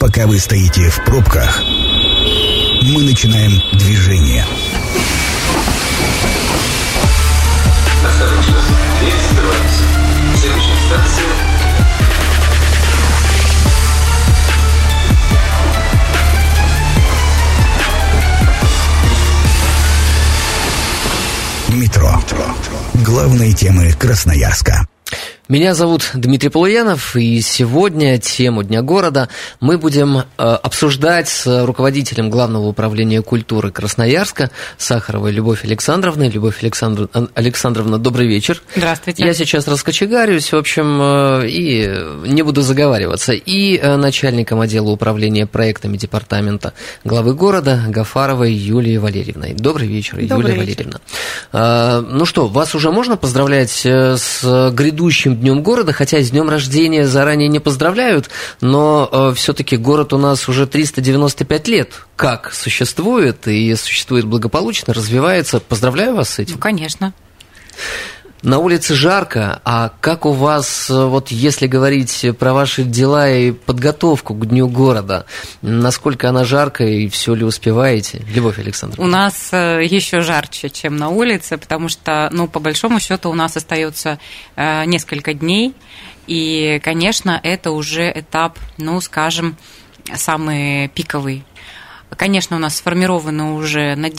Пока вы стоите в пробках, мы начинаем движение. Осторожно, дверь закрывается. Следующая станция. Метро. Главные темы Красноярска. Меня зовут Дмитрий Полуянов, и сегодня тему Дня города мы будем обсуждать с руководителем Главного управления культуры Красноярска Сахаровой Любовь Александровной. Любовь Александровна, добрый вечер. Здравствуйте. Я сейчас раскочегарюсь, в общем, и не буду заговариваться. И начальником отдела управления проектами департамента главы города Гафаровой Юлией Валерьевной. Добрый вечер, Юлия Валерьевна. Ну что, вас уже можно поздравлять с грядущим Днем города, хотя с днем рождения заранее не поздравляют, но все-таки город у нас уже 395 лет как существует, и существует благополучно, развивается. Поздравляю вас с этим. Ну, конечно. На улице жарко, а как у вас, вот если говорить про ваши дела и подготовку к Дню города, насколько она жаркая и все ли успеваете, Любовь Александровна? У нас еще жарче, чем на улице, потому что, ну, по большому счету у нас остается несколько дней, и, конечно, это уже этап, ну, скажем, самый пиковый. Конечно, у нас сформированы уже на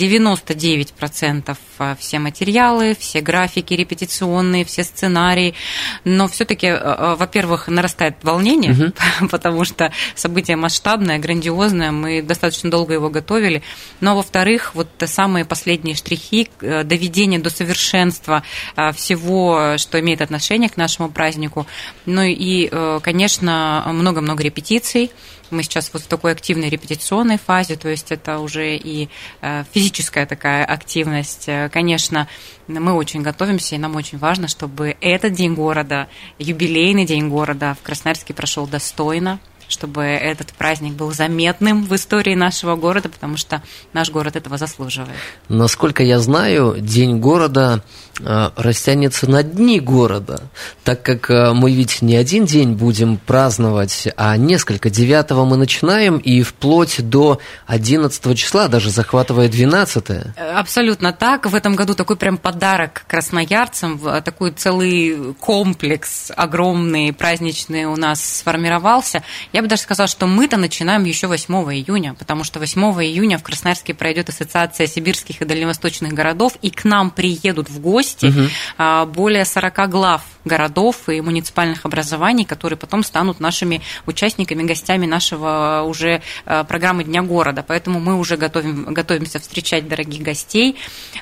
99% все материалы, все графики репетиционные, все сценарии, но все-таки, во-первых, нарастает волнение, потому что событие масштабное, грандиозное, мы достаточно долго его готовили, но, во-вторых, вот самые последние штрихи, доведение до совершенства всего, что имеет отношение к нашему празднику, ну и, конечно, много-много репетиций. Мы сейчас вот в такой активной репетиционной фазе, то есть это уже и физическая такая активность. Конечно, мы очень готовимся, и нам очень важно, чтобы этот день города, юбилейный день города в Красноярске прошел достойно, чтобы этот праздник был заметным в истории нашего города, потому что наш город этого заслуживает. Насколько я знаю, День города растянется на дни города, так как мы ведь не один день будем праздновать, а несколько. 9-го мы начинаем и вплоть до 11 числа, даже захватывая 12-е. Абсолютно так. В этом году такой прям подарок красноярцам, такой целый комплекс огромный, праздничный у нас сформировался. Я бы даже сказала, что мы-то начинаем еще 8 июня, потому что 8 июня в Красноярске пройдет Ассоциация сибирских и дальневосточных городов, и к нам приедут в гости более 40 глав городов и муниципальных образований, которые потом станут нашими участниками, гостями нашего уже программы Дня города. Поэтому мы уже готовимся встречать дорогих гостей.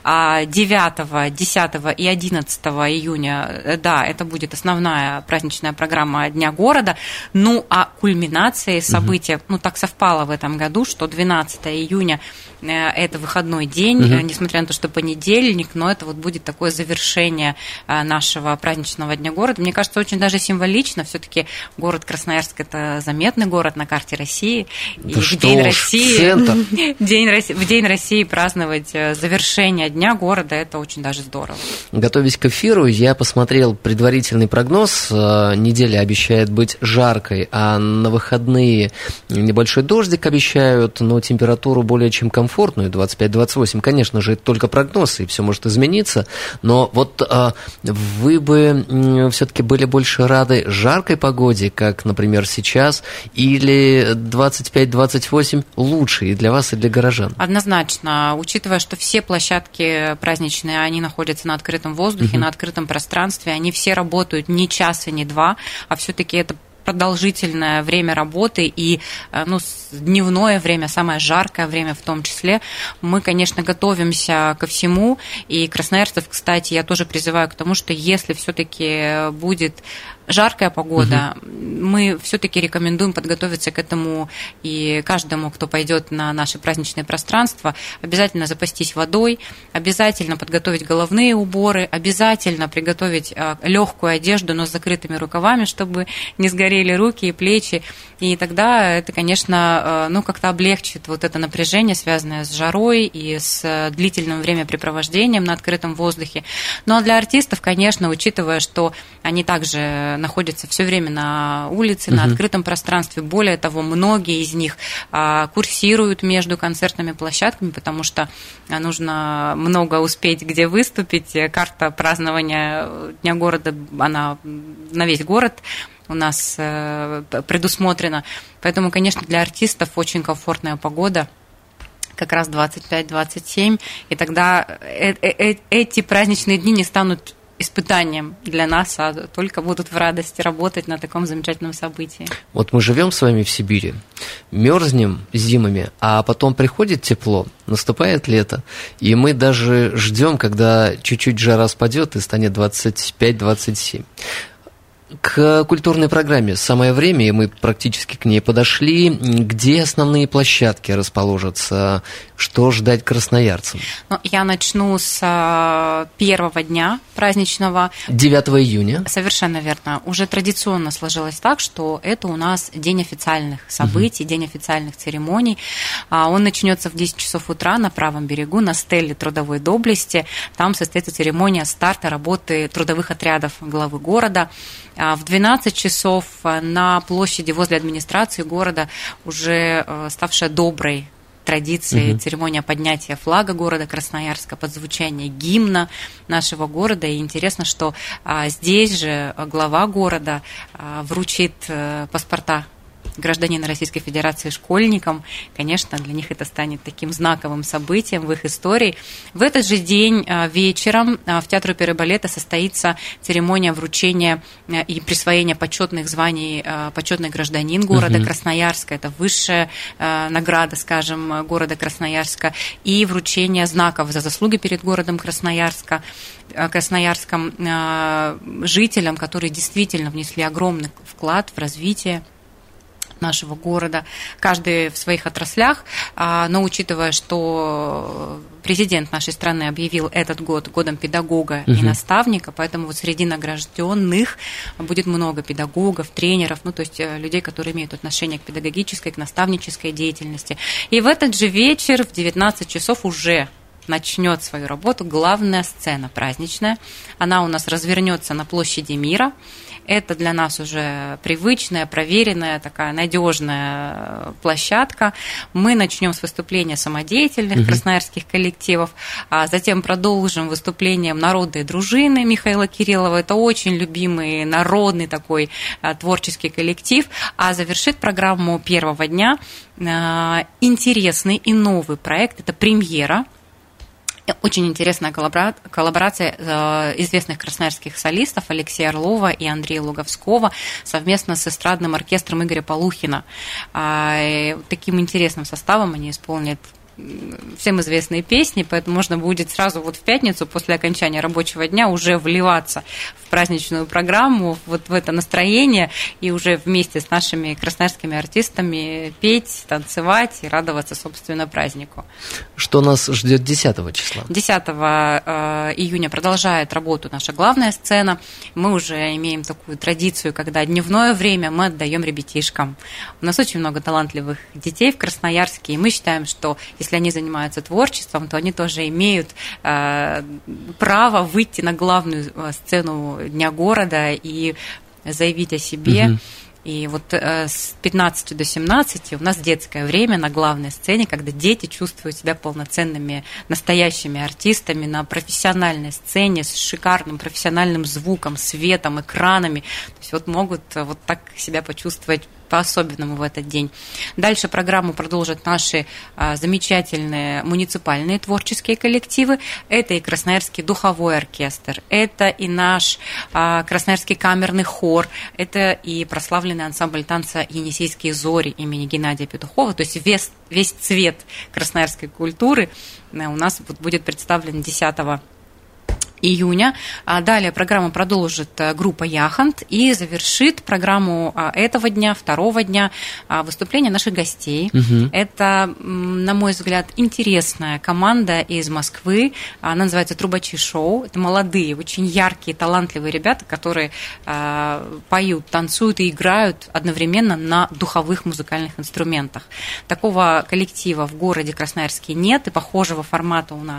9, 10 и 11 июня, да, это будет основная праздничная программа Дня города. Ну, а кульминацией события, ну, так совпало в этом году, что 12 июня это выходной день, несмотря на то, что понедельник, но это вот будет такое завершение нашего праздничного Дня города. Мне кажется, очень даже символично. Все-таки город Красноярск – это заметный город на карте России. Да, и в День России праздновать завершение Дня города – это очень даже здорово. Готовясь к эфиру, я посмотрел предварительный прогноз. Неделя обещает быть жаркой, а на выходные небольшой дождик обещают, но температуру более чем комфортную, 25-28. Конечно же, это только прогноз, и все может измениться, но вот вы бы все-таки были больше рады жаркой погоде, как, например, сейчас, или 25-28 лучше и для вас, и для горожан? Однозначно, учитывая, что все площадки праздничные, они находятся на открытом воздухе, на открытом пространстве, они все работают не час и не два, а все-таки это продолжительное время работы и, ну, дневное время, самое жаркое время в том числе. Мы, конечно, готовимся ко всему, и красноярцев, кстати, я тоже призываю к тому, что если все-таки будет жаркая погода, мы все-таки рекомендуем подготовиться к этому и каждому, кто пойдет на наше праздничное пространство, обязательно запастись водой, обязательно подготовить головные уборы, обязательно приготовить легкую одежду, но с закрытыми рукавами, чтобы не сгорели руки и плечи, и тогда это, конечно, ну, как-то облегчит вот это напряжение, связанное с жарой и с длительным времяпрепровождением на открытом воздухе. Ну, а для артистов, конечно, учитывая, что они также находятся все время на улице, на открытом пространстве. Более того, многие из них курсируют между концертными площадками, потому что нужно много успеть где выступить. Карта празднования Дня города, она на весь город у нас предусмотрена. Поэтому, конечно, для артистов очень комфортная погода, как раз 25-27, и тогда эти праздничные дни не станут испытанием для нас, а только будут в радости работать на таком замечательном событии. Вот мы живем с вами в Сибири, мерзнем зимами, а потом приходит тепло, наступает лето, и мы даже ждем, когда чуть-чуть жара спадет и станет 25-27. К культурной программе самое время, и мы практически к ней подошли. Где основные площадки расположатся? Что ждать красноярцам? Я начну с первого дня праздничного. 9 июня. Совершенно верно. Уже традиционно сложилось так, что это у нас день официальных событий, день официальных церемоний. Он начнется в 10 часов утра на правом берегу, на стеле трудовой доблести. Там состоится церемония старта работы трудовых отрядов главы города. В 12 часов на площади возле администрации города, уже ставшая доброй традицией, церемония поднятия флага города Красноярска под звучание гимна нашего города. И интересно, что здесь же глава города вручит паспорта гражданина Российской Федерации школьникам. Конечно, для них это станет таким знаковым событием в их истории. В этот же день вечером в Театре оперы и балета состоится церемония вручения и присвоения почетных званий почетный гражданин города Красноярска. Это высшая награда, скажем, города Красноярска. И вручение знаков за заслуги перед городом Красноярском жителям, которые действительно внесли огромный вклад в развитие нашего города, каждый в своих отраслях, но учитывая, что президент нашей страны объявил этот год годом педагога и наставника, поэтому вот среди награжденных будет много педагогов, тренеров, то есть людей, которые имеют отношение к педагогической, к наставнической деятельности. И в этот же вечер в 19 часов уже начнет свою работу главная сцена праздничная. Она у нас развернется на площади Мира. Это для нас уже привычная, проверенная, такая надежная площадка. Мы начнем с выступления самодеятельных красноярских коллективов, а затем продолжим выступлением народной дружины Михаила Кириллова. Это очень любимый народный такой творческий коллектив. А завершит программу первого дня интересный и новый проект. Это премьера. Очень интересная коллаборация известных красноярских солистов Алексея Орлова и Андрея Луговского совместно с эстрадным оркестром Игоря Полухина. Таким интересным составом они исполнят всем известные песни, поэтому можно будет сразу вот в пятницу после окончания рабочего дня уже вливаться в праздничную программу, вот в это настроение, и уже вместе с нашими красноярскими артистами петь, танцевать и радоваться, собственно, празднику. Что нас ждет 10 числа? 10 июня продолжает работу наша главная сцена. Мы уже имеем такую традицию, когда дневное время мы отдаем ребятишкам. У нас очень много талантливых детей в Красноярске, и мы считаем, что если они занимаются творчеством, то они тоже имеют право выйти на главную сцену Дня города и заявить о себе. И вот с 15 до 17 у нас детское время на главной сцене, когда дети чувствуют себя полноценными, настоящими артистами на профессиональной сцене с шикарным профессиональным звуком, светом, экранами. То есть вот могут вот так себя почувствовать по-особенному в этот день. Дальше программу продолжат наши замечательные муниципальные творческие коллективы. Это и Красноярский духовой оркестр, это и наш Красноярский камерный хор, это и прославленный ансамбль танца «Енисейские зори» имени Геннадия Петухова. То есть весь цвет красноярской культуры у нас будет представлен 10 июня. Далее программу продолжит группа «Яхонт» и завершит программу этого дня, второго дня, выступление наших гостей. Это, на мой взгляд, интересная команда из Москвы. Она называется «Трубачи шоу». Это молодые, очень яркие, талантливые ребята, которые поют, танцуют и играют одновременно на духовых музыкальных инструментах. Такого коллектива в городе Красноярске нет, и похожего формата у нас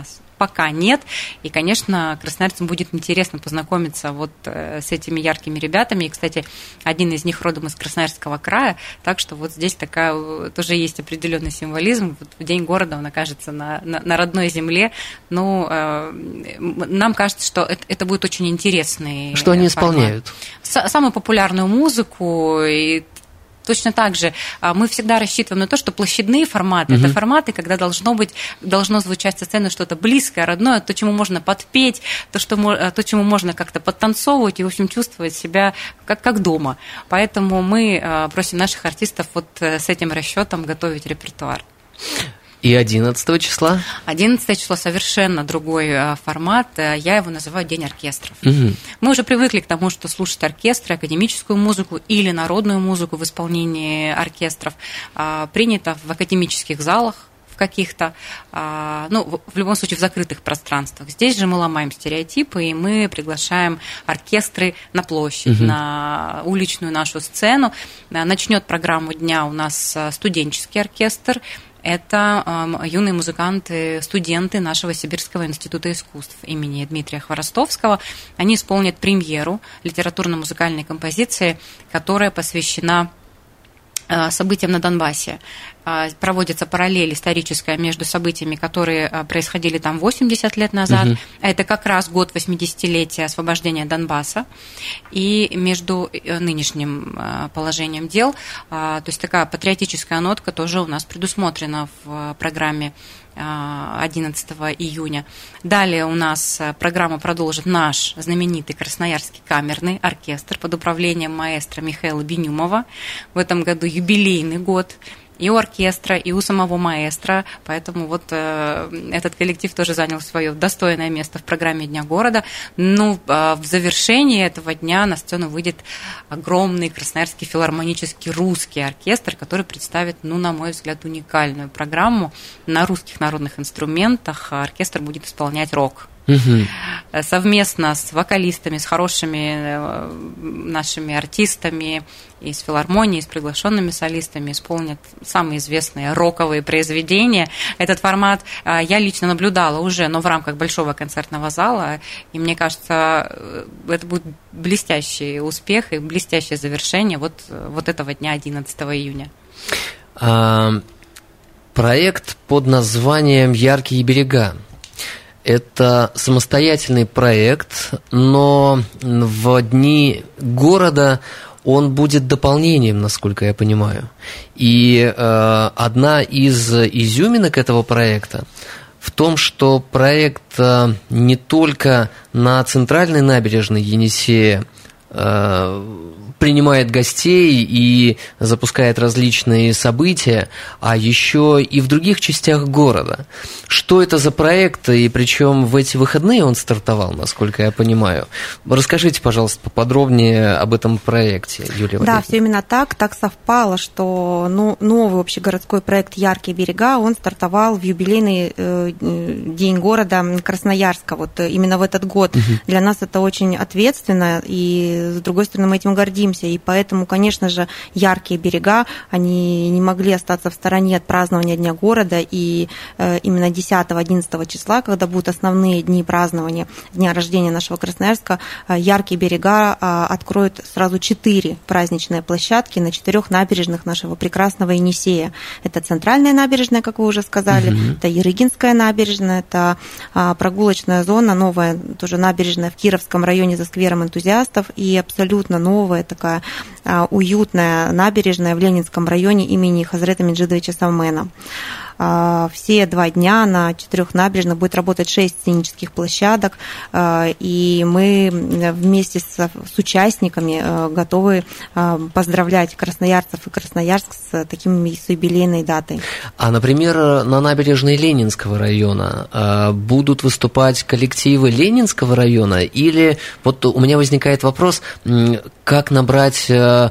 пока нет. И, конечно, красноярцам будет интересно познакомиться вот с этими яркими ребятами. И, кстати, один из них родом из Красноярского края, так что вот здесь такая тоже есть определенный символизм. Вот в День города он окажется на родной земле. Ну, нам кажется, что это будет очень интересный Что они формат. исполняют? Самую популярную музыку. И точно так же мы всегда рассчитываем на то, что площадные форматы, это форматы, когда должно звучать со сцены что-то близкое, родное, то, чему можно подпеть, то, чему можно как-то подтанцовывать и, в общем, чувствовать себя как дома. Поэтому мы просим наших артистов вот с этим расчетом готовить репертуар. И 11 числа? 11 число совершенно другой формат. Я его называю День оркестров. Мы уже привыкли к тому, что слушать оркестры, академическую музыку или народную музыку в исполнении оркестров принято в академических залах, в каких-то, ну, в любом случае, в закрытых пространствах. Здесь же мы ломаем стереотипы, и мы приглашаем оркестры на площадь, на уличную нашу сцену. Начнет программу дня у нас студенческий оркестр. Это юные музыканты, студенты нашего Сибирского института искусств имени Дмитрия Хворостовского. Они исполнят премьеру литературно-музыкальной композиции, которая посвящена событиям на Донбассе. Проводится параллель историческая между событиями, которые происходили там 80 лет назад. Это как раз год 80-летия освобождения Донбасса. И между нынешним положением дел, то есть такая патриотическая нотка тоже у нас предусмотрена в программе 11 июня. Далее у нас программу продолжит наш знаменитый Красноярский камерный оркестр под управлением маэстро Михаила Бенюмова. В этом году юбилейный год и у оркестра, и у самого маэстро, поэтому вот этот коллектив тоже занял свое достойное место в программе Дня города. Ну, в завершении этого дня на сцену выйдет огромный Красноярский филармонический русский оркестр, который представит, ну, на мой взгляд, уникальную программу. На русских народных инструментах оркестр будет исполнять рок. Совместно с вокалистами, с хорошими нашими артистами из филармонии, с приглашенными солистами исполнят самые известные роковые произведения. Этот формат я лично наблюдала уже, но в рамках большого концертного зала, и мне кажется, это будет блестящий успех и блестящее завершение вот этого дня, 11 июня. Проект под названием «Яркие берега». Это самостоятельный проект, но в дни города он будет дополнением, насколько я понимаю. И одна из изюминок этого проекта в том, что проект не только на центральной набережной Енисея принимает гостей и запускает различные события, а еще и в других частях города. Что это за проект, и причем в эти выходные он стартовал, насколько я понимаю. Расскажите, пожалуйста, поподробнее об этом проекте, Юлия Валерьевна. Да, все именно так совпало, что новый общегородской проект «Яркие берега», он стартовал в юбилейный день города Красноярска. Вот именно в этот год. Для нас это очень ответственно, и, с другой стороны, мы этим гордимся. И поэтому, конечно же, «Яркие берега», они не могли остаться в стороне от празднования Дня города. И именно 10-11 числа, когда будут основные дни празднования дня рождения нашего Красноярска, «Яркие берега» откроют сразу 4 праздничные площадки на 4 набережных нашего прекрасного Енисея. Это центральная набережная, как вы уже сказали, это Ярыгинская набережная, это прогулочная зона, новая тоже набережная в Кировском районе за сквером энтузиастов, и абсолютно новая такая уютная набережная в Ленинском районе имени Хазрета Меджидовича Савмена. Все 2 дня на 4 набережных будет работать 6 сценических площадок, и мы вместе с участниками готовы поздравлять красноярцев и Красноярск с юбилейной датой. А, например, на набережной Ленинского района будут выступать коллективы Ленинского района, или вот у меня возникает вопрос, как набрать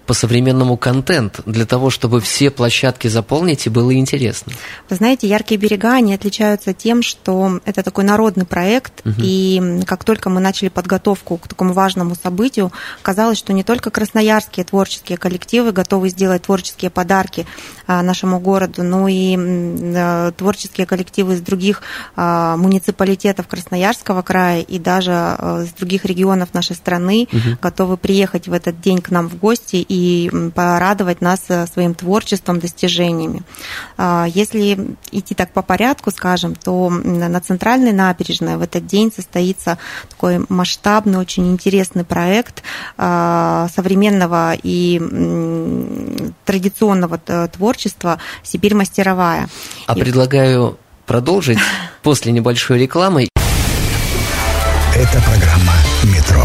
по-современному контент для того, чтобы все площадки заполнить и было интересно? Вы знаете, «Яркие берега», они отличаются тем, что это такой народный проект, и как только мы начали подготовку к такому важному событию, казалось, что не только красноярские творческие коллективы готовы сделать творческие подарки нашему городу, но и творческие коллективы из других муниципалитетов Красноярского края и даже из других регионов нашей страны готовы приехать в этот день к нам в гости и порадовать нас своим творчеством, достижениями. Если идти так по порядку, скажем, то на Центральной набережной в этот день состоится такой масштабный, очень интересный проект современного и традиционного творчества «Сибирь мастеровая». Предлагаю продолжить после небольшой рекламы. Это программа «Метро».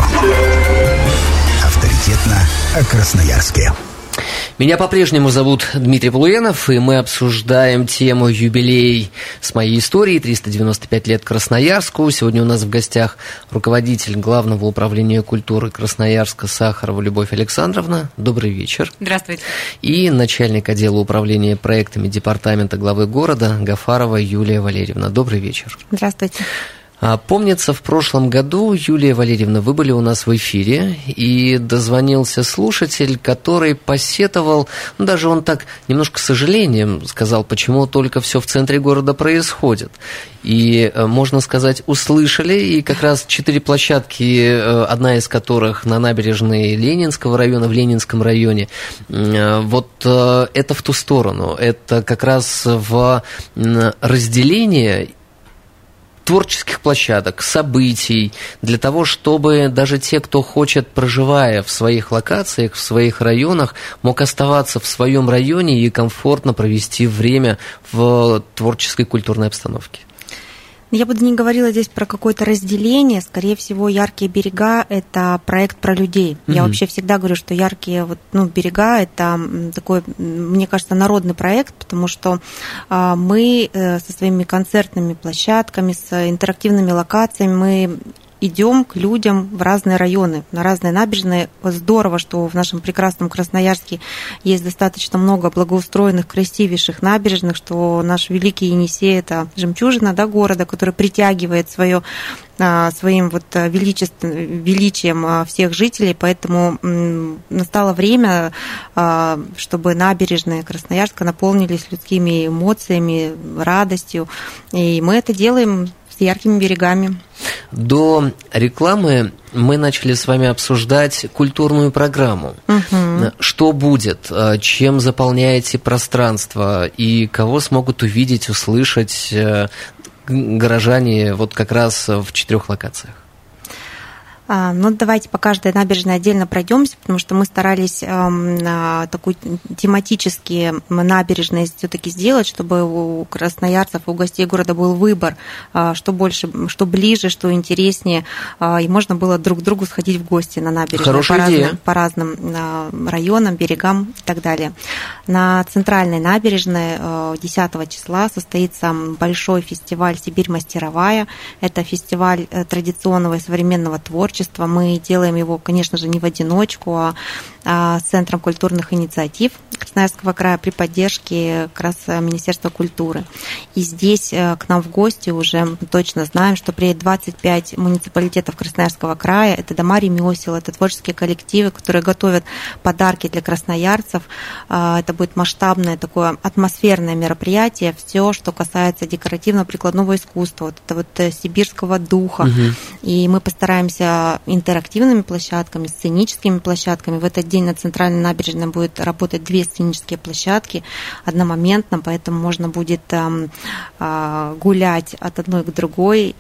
Авторитетно о Красноярске. Меня по-прежнему зовут Дмитрий Полуенов, и мы обсуждаем тему «Юбилей с моей историей. 395 лет Красноярску». Сегодня у нас в гостях руководитель Главного управления культуры Красноярска Сахарова Любовь Александровна. Добрый вечер. Здравствуйте. И начальник отдела управления проектами департамента главы города Гафарова Юлия Валерьевна. Добрый вечер. Здравствуйте. Помнится, в прошлом году, Юлия Валерьевна, вы были у нас в эфире, и дозвонился слушатель, который посетовал, даже он так немножко с сожалением сказал, почему только все в центре города происходит. И, можно сказать, услышали, и как раз 4 площадки, одна из которых на набережной Ленинского района, в Ленинском районе, вот это в ту сторону, это как раз в разделение творческих площадок, событий, для того, чтобы даже те, кто хочет, проживая в своих локациях, в своих районах, мог оставаться в своем районе и комфортно провести время в творческой культурной обстановке. Я бы не говорила здесь про какое-то разделение. Скорее всего, «Яркие берега» – это проект про людей. Я вообще всегда говорю, что «Яркие берега» – это такой, мне кажется, народный проект, потому что мы со своими концертными площадками, с интерактивными локациями, мы идем к людям в разные районы, на разные набережные. Здорово, что в нашем прекрасном Красноярске есть достаточно много благоустроенных, красивейших набережных, что наш великий Енисей – это жемчужина города, который притягивает своим величием всех жителей, поэтому настало время, чтобы набережные Красноярска наполнились людскими эмоциями, радостью, и мы это делаем с «Яркими берегами». До рекламы мы начали с вами обсуждать культурную программу. Что будет, чем заполняете пространство и кого смогут увидеть, услышать горожане вот как раз в 4 локациях? Давайте по каждой набережной отдельно пройдемся, потому что мы старались такую тематические набережные все-таки сделать, чтобы у красноярцев, у гостей города был выбор, что больше, что ближе, что интереснее, и можно было друг к другу сходить в гости на набережной по разным районам, берегам и так далее. На центральной набережной 10 числа состоится большой фестиваль «Сибирь мастеровая». Это фестиваль традиционного и современного творчества. Мы делаем его, конечно же, не в одиночку, а с Центром культурных инициатив Красноярского края при поддержке как раз Министерства культуры. И здесь к нам в гости уже мы точно знаем, что приедет 25 муниципалитетов Красноярского края. Это дома ремесел, это творческие коллективы, которые готовят подарки для красноярцев. Это будет масштабное такое атмосферное мероприятие. Все, что касается декоративно-прикладного искусства, вот это вот сибирского духа. И мы постараемся интерактивными площадками, сценическими площадками. В этот день на центральной набережной будет работать 2 сценические площадки одномоментно, поэтому можно будет гулять от одной к другой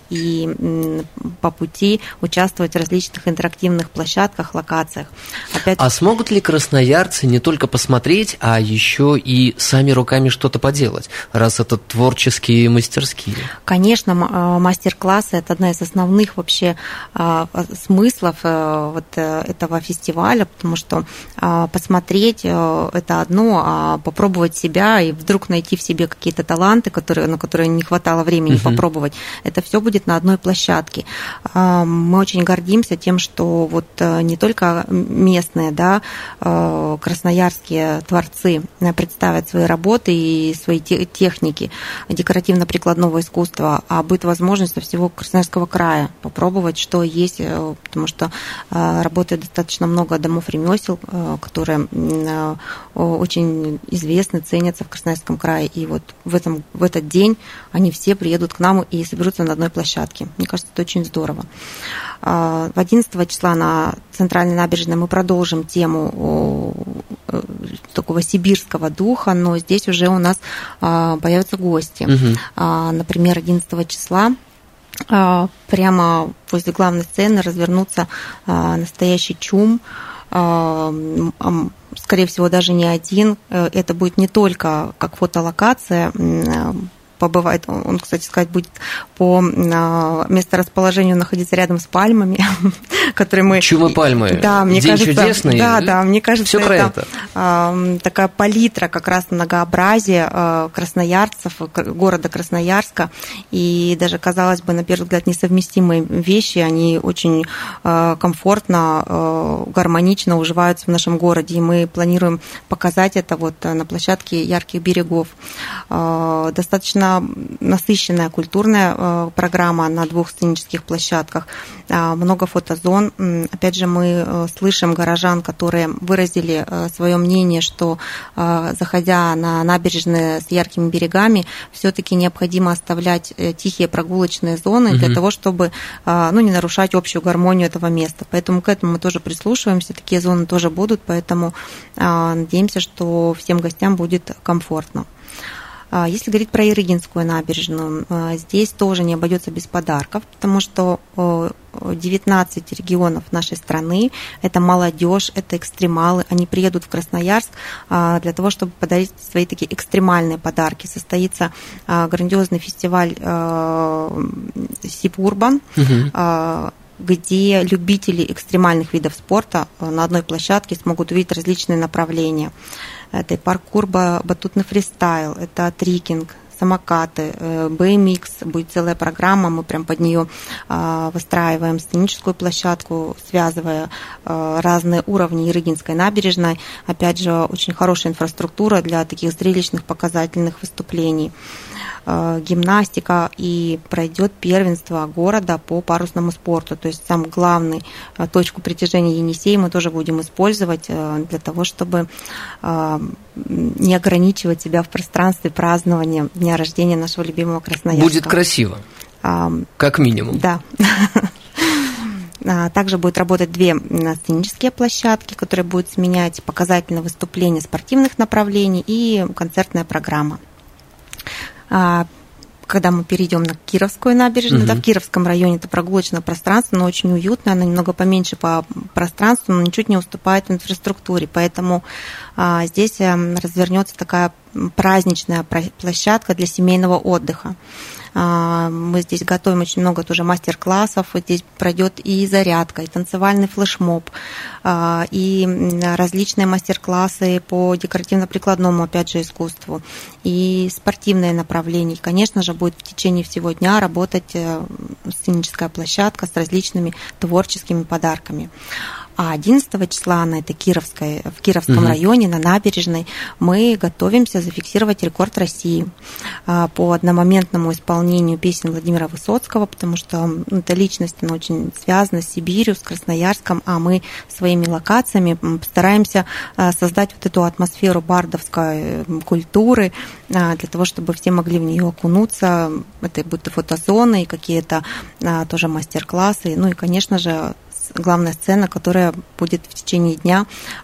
и по пути участвовать в различных интерактивных площадках, локациях. А смогут ли красноярцы не только посмотреть, а еще и сами руками что-то поделать, раз это творческие мастерские? Конечно, мастер-классы – это одна из основных вообще смыслов вот этого фестиваля, потому что посмотреть это одно, а попробовать себя и вдруг найти в себе какие-то таланты, на которые не хватало времени попробовать, это все будет на одной площадке. Мы очень гордимся тем, что вот не только местные, да, красноярские творцы представят свои работы и свои техники декоративно-прикладного искусства, а будет возможность со всего Красноярского края попробовать, что есть, потому что работает достаточно много домов ремесел, которые очень известны, ценятся в Красноярском крае. И вот в этот день они все приедут к нам и соберутся на одной площадке. Мне кажется, это очень здорово. 11 числа на Центральной набережной мы продолжим тему такого сибирского духа, но здесь уже у нас появятся гости. Например, 11 числа прямо возле главной сцены развернутся настоящий ЧУМ, скорее всего, даже не один. Это будет не только как фотолокация, побывает, он, кстати сказать, будет по месторасположению находиться рядом с пальмами, которые мы... Чумы пальмы. Да, мне День кажется, чудесный. Да, мне кажется, Всё про это такая палитра, как раз многообразие красноярцев, города Красноярска, и даже, казалось бы, на первый взгляд, несовместимые вещи, они очень комфортно, гармонично уживаются в нашем городе, и мы планируем показать это вот на площадке Ярких берегов. Достаточно насыщенная культурная программа на 2 сценических площадках, много фотозон. Опять же, мы слышим горожан, которые выразили свое мнение, что, заходя на набережные с яркими берегами, все-таки необходимо оставлять тихие прогулочные зоны для того, чтобы не нарушать общую гармонию этого места. Поэтому к этому мы тоже прислушиваемся, такие зоны тоже будут, поэтому надеемся, что всем гостям будет комфортно. Если говорить про Ярыгинскую набережную, здесь тоже не обойдется без подарков, потому что 19 регионов нашей страны, это молодежь, это экстремалы, они приедут в Красноярск для того, чтобы подарить свои такие экстремальные подарки. Состоится грандиозный фестиваль Сибурбан, где любители экстремальных видов спорта на одной площадке смогут увидеть различные направления. Это и паркур, батутный фристайл, это трекинг, самокаты, BMX, будет целая программа, мы прям под нее выстраиваем сценическую площадку, связывая разные уровни Ярыгинской набережной. Опять же, очень хорошая инфраструктура для таких зрелищных показательных выступлений. Гимнастика, и пройдет первенство города по парусному спорту. То есть самую главную точку притяжения Енисей мы тоже будем использовать для того, чтобы не ограничивать себя в пространстве празднования дня рождения нашего любимого Красноярска. Будет красиво, как минимум. Да. Также будет работать 2 сценические площадки, которые будут сменять показательные выступления спортивных направлений и концертная программа. Когда мы перейдем на Кировскую набережную, в Кировском районе это прогулочное пространство, но очень уютное, оно немного поменьше по пространству, но ничуть не уступает в инфраструктуре, поэтому здесь развернется такая праздничная площадка для семейного отдыха. Мы здесь готовим очень много тоже мастер-классов, здесь пройдет и зарядка, и танцевальный флешмоб, и различные мастер-классы по декоративно-прикладному, опять же, искусству, и спортивные направления. И, конечно же, будет в течение всего дня работать сценическая площадка с различными творческими подарками. А 11 числа на этой в Кировском районе, на набережной, мы готовимся зафиксировать рекорд России по одномоментному исполнению песен Владимира Высоцкого, потому что эта личность, она очень связана с Сибирью, с Красноярском, а мы своими локациями постараемся создать вот эту атмосферу бардовской культуры для того, чтобы все могли в нее окунуться. Это будут и фотозоны, и какие-то тоже мастер-классы, ну и, конечно же, главная сцена, которая будет в течение дня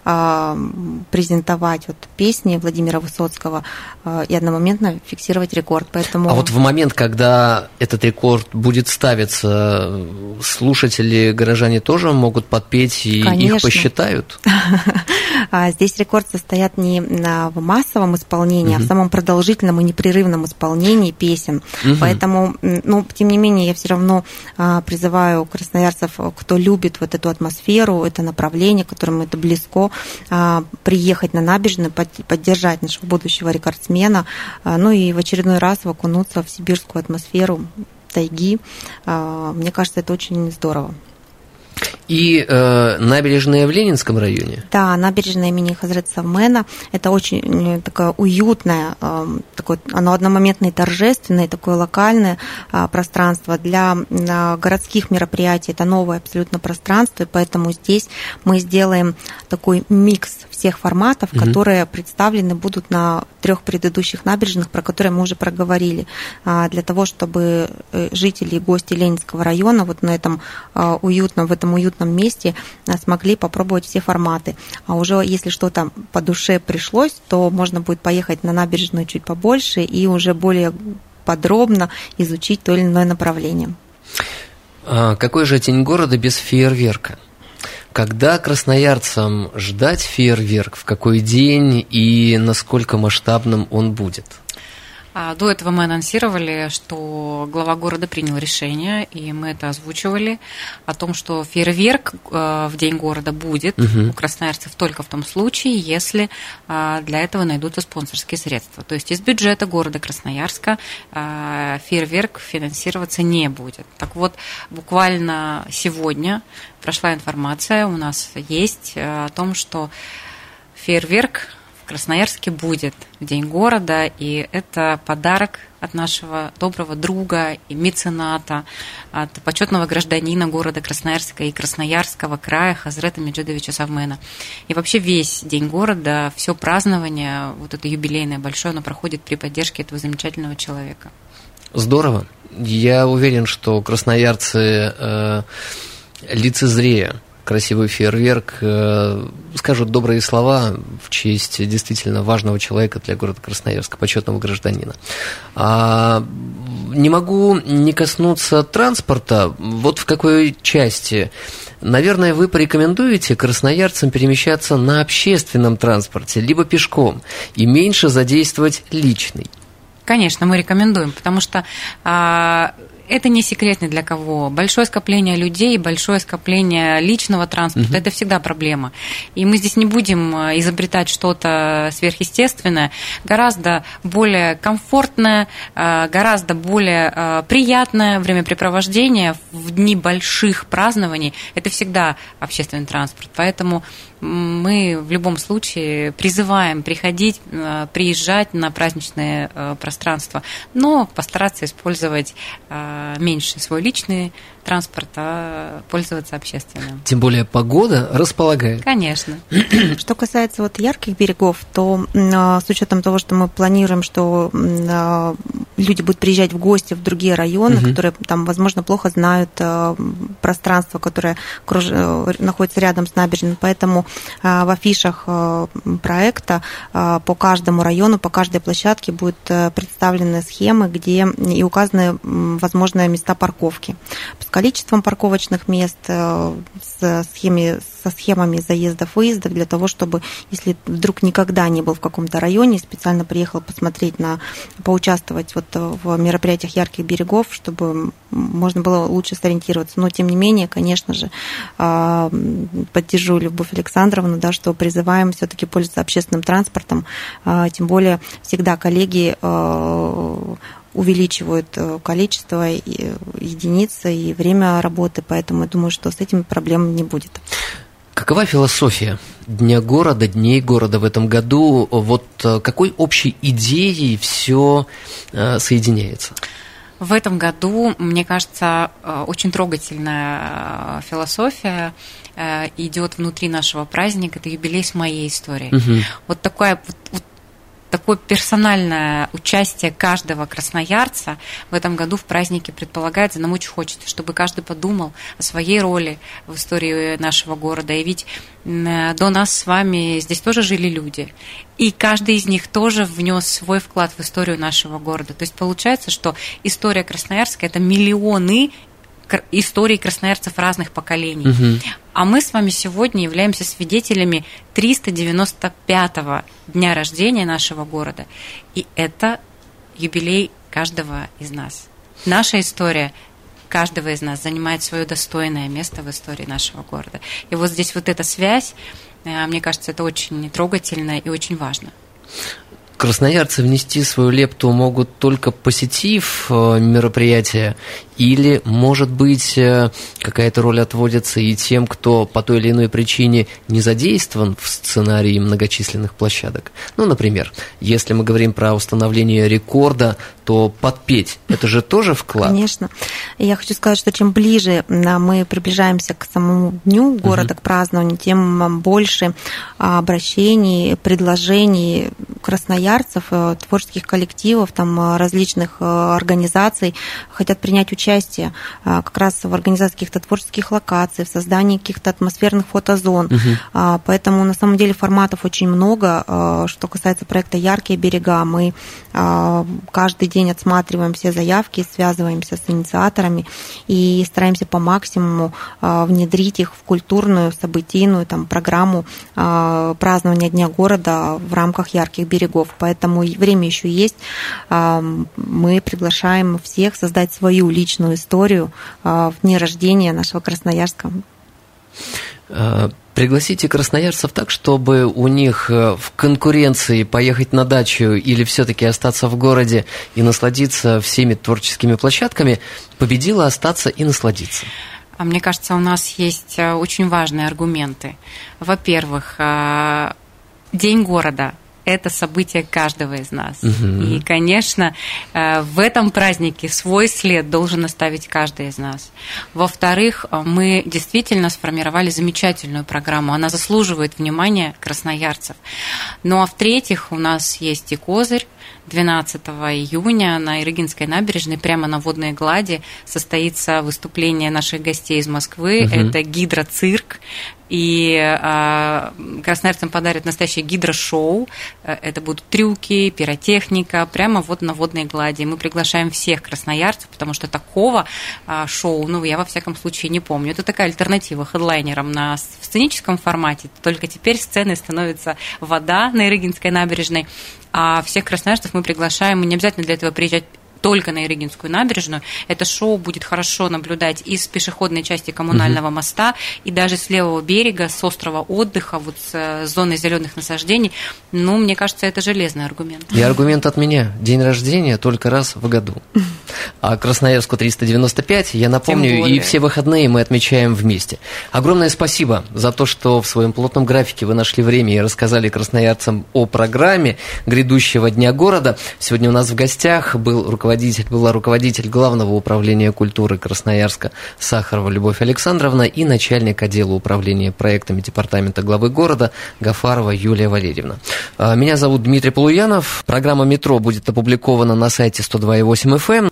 презентовать вот песни Владимира Высоцкого и одномоментно фиксировать рекорд. Поэтому... А вот в момент, когда этот рекорд будет ставиться, слушатели, горожане тоже могут подпеть и Конечно. их посчитают? Здесь рекорд состоит не в массовом исполнении, а в самом продолжительном и непрерывном исполнении песен. Поэтому, тем не менее, я все равно призываю красноярцев, кто любит вот эту атмосферу, это направление, которому это близко, приехать на набережную, поддержать нашего будущего рекордсмена, и в очередной раз окунуться в сибирскую атмосферу тайги. Мне кажется, это очень здорово. И набережная в Ленинском районе? Да, набережная имени Хазрет Савмена. Это очень такое уютное, оно одномоментное и торжественное, такое локальное пространство. Для городских мероприятий это новое абсолютно пространство, и поэтому здесь мы сделаем такой микс всех форматов, которые представлены будут на 3 предыдущих набережных, про которые мы уже проговорили, для того, чтобы жители и гости Ленинского района вот на этом уютном месте смогли попробовать все форматы. А уже если что-то по душе пришлось, то можно будет поехать на набережную чуть побольше и уже более подробно изучить то или иное направление. Какой же день города без фейерверка? Когда красноярцам ждать фейерверк, в какой день и насколько масштабным он будет? До этого мы анонсировали, что глава города принял решение, и мы это озвучивали, о том, что фейерверк в День города будет у красноярцев только в том случае, если для этого найдутся спонсорские средства. То есть из бюджета города Красноярска фейерверк финансироваться не будет. Так вот, буквально сегодня прошла информация, у нас есть о том, что фейерверк в Красноярске будет в День города, и это подарок от нашего доброго друга и мецената, от почетного гражданина города Красноярска и Красноярского края Хазрета Меджидовича Савмена. И вообще весь День города, все празднование, вот это юбилейное большое, оно проходит при поддержке этого замечательного человека. Здорово. Я уверен, что красноярцы, лицезрея красивый фейерверк, скажут добрые слова в честь действительно важного человека для города Красноярска, почетного гражданина. Не могу не коснуться транспорта. Вот в какой части? Наверное, вы порекомендуете красноярцам перемещаться на общественном транспорте, либо пешком, и меньше задействовать личный. Конечно, мы рекомендуем, потому что это не секрет ни для кого. Большое скопление людей, большое скопление личного транспорта – это всегда проблема. И мы здесь не будем изобретать что-то сверхъестественное. Гораздо более комфортное, гораздо более приятное времяпрепровождение в дни больших празднований – это всегда общественный транспорт. Поэтому мы в любом случае призываем приезжать на праздничное пространство, но постараться использовать меньше свой личный транспорт, а пользоваться общественным. Тем более погода располагает. Конечно. Что касается вот ярких берегов, то с учетом того, что мы планируем, что люди будут приезжать в гости в другие районы, которые там, возможно, плохо знают пространство, которое находится рядом с набережной, поэтому в афишах проекта по каждому району, по каждой площадке будут представлены схемы, где и указаны возможные места парковки. С количеством парковочных мест, со схемами заездов-выездов, для того, чтобы, если вдруг никогда не был в каком-то районе, специально приехал посмотреть, поучаствовать вот в мероприятиях ярких берегов, чтобы можно было лучше сориентироваться. Но, тем не менее, конечно же, поддержу Любовь Александровну, да, что призываем все-таки пользоваться общественным транспортом, тем более всегда коллеги увеличивают количество единиц и время работы, поэтому я думаю, что с этим проблем не будет. Какова философия Дня города, Дней города в этом году? Вот какой общей идеей все соединяется? В этом году, мне кажется, очень трогательная философия такой такое персональное участие каждого красноярца в этом году в празднике предполагается. Нам очень хочется, чтобы каждый подумал о своей роли в истории нашего города. И ведь до нас с вами здесь тоже жили люди. И каждый из них тоже внес свой вклад в историю нашего города. То есть получается, что история Красноярска – это миллионы историй красноярцев разных поколений. Угу. А мы с вами сегодня являемся свидетелями 395-го дня рождения нашего города. И это юбилей каждого из нас. Наша история каждого из нас занимает свое достойное место в истории нашего города. И вот здесь вот эта связь, мне кажется, это очень трогательно и очень важно. Красноярцы внести свою лепту могут только посетив мероприятие, или, может быть, какая-то роль отводится и тем, кто по той или иной причине не задействован в сценарии многочисленных площадок. Ну, например, если мы говорим про установление рекорда, то подпеть – это же тоже вклад? Конечно. Я хочу сказать, что чем ближе мы приближаемся к самому дню города, к празднованию, тем больше обращений, предложений красноярцев, творческих коллективов, там, различных организаций хотят принять участие как раз в организации каких-то творческих локаций, в создании каких-то атмосферных фотозон. Поэтому на самом деле форматов очень много. Что касается проекта «Яркие берега», мы каждый день отсматриваем все заявки, связываемся с инициаторами и стараемся по максимуму внедрить их в культурную, событийную там, программу празднования Дня города в рамках «Ярких берегов». Поэтому время еще есть. Мы приглашаем всех создать свою личную историю в дне рождения нашего Красноярска. Пригласите красноярцев так, чтобы у них в конкуренции поехать на дачу или все-таки остаться в городе и насладиться всеми творческими площадками, победило остаться и насладиться. Мне кажется, у нас есть очень важные аргументы. Во-первых, День города – это событие каждого из нас. И, конечно, в этом празднике свой след должен оставить каждый из нас. Во-вторых, мы действительно сформировали замечательную программу. Она заслуживает внимания красноярцев. Ну а в-третьих, у нас есть и козырь. 12 июня на Ирыгинской набережной, прямо на водной глади, состоится выступление наших гостей из Москвы. Это гидроцирк. И красноярцам подарят настоящее гидрошоу. Это будут трюки, пиротехника, прямо вот на водной глади. Мы приглашаем всех красноярцев, потому что такого шоу, ну, я во всяком случае не помню. Это такая альтернатива хедлайнерам в сценическом формате. Только теперь сценой становится вода на Ирыгинской набережной. А всех красноярцев мы приглашаем, и не обязательно для этого приезжать только на Ирыгинскую набережную. Это шоу будет хорошо наблюдать и с пешеходной части коммунального моста, и даже с левого берега, с острова отдыха, вот с зоной зеленых насаждений. Ну, мне кажется, это железный аргумент. И аргумент от меня. День рождения только раз в году. А Красноярску 395, я напомню, и все выходные мы отмечаем вместе. Огромное спасибо за то, что в своем плотном графике вы нашли время и рассказали красноярцам о программе грядущего Дня города. Сегодня у нас в гостях была руководитель Главного управления культуры Красноярска Сахарова Любовь Александровна и начальник отдела управления проектами департамента главы города Гафарова Юлия Валерьевна. Меня зовут Дмитрий Полуянов. Программа «Метро» будет опубликована на сайте 102.8 FM.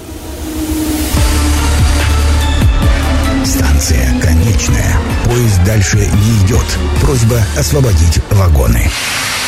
Станция конечная. Поезд дальше не идет. Просьба освободить вагоны.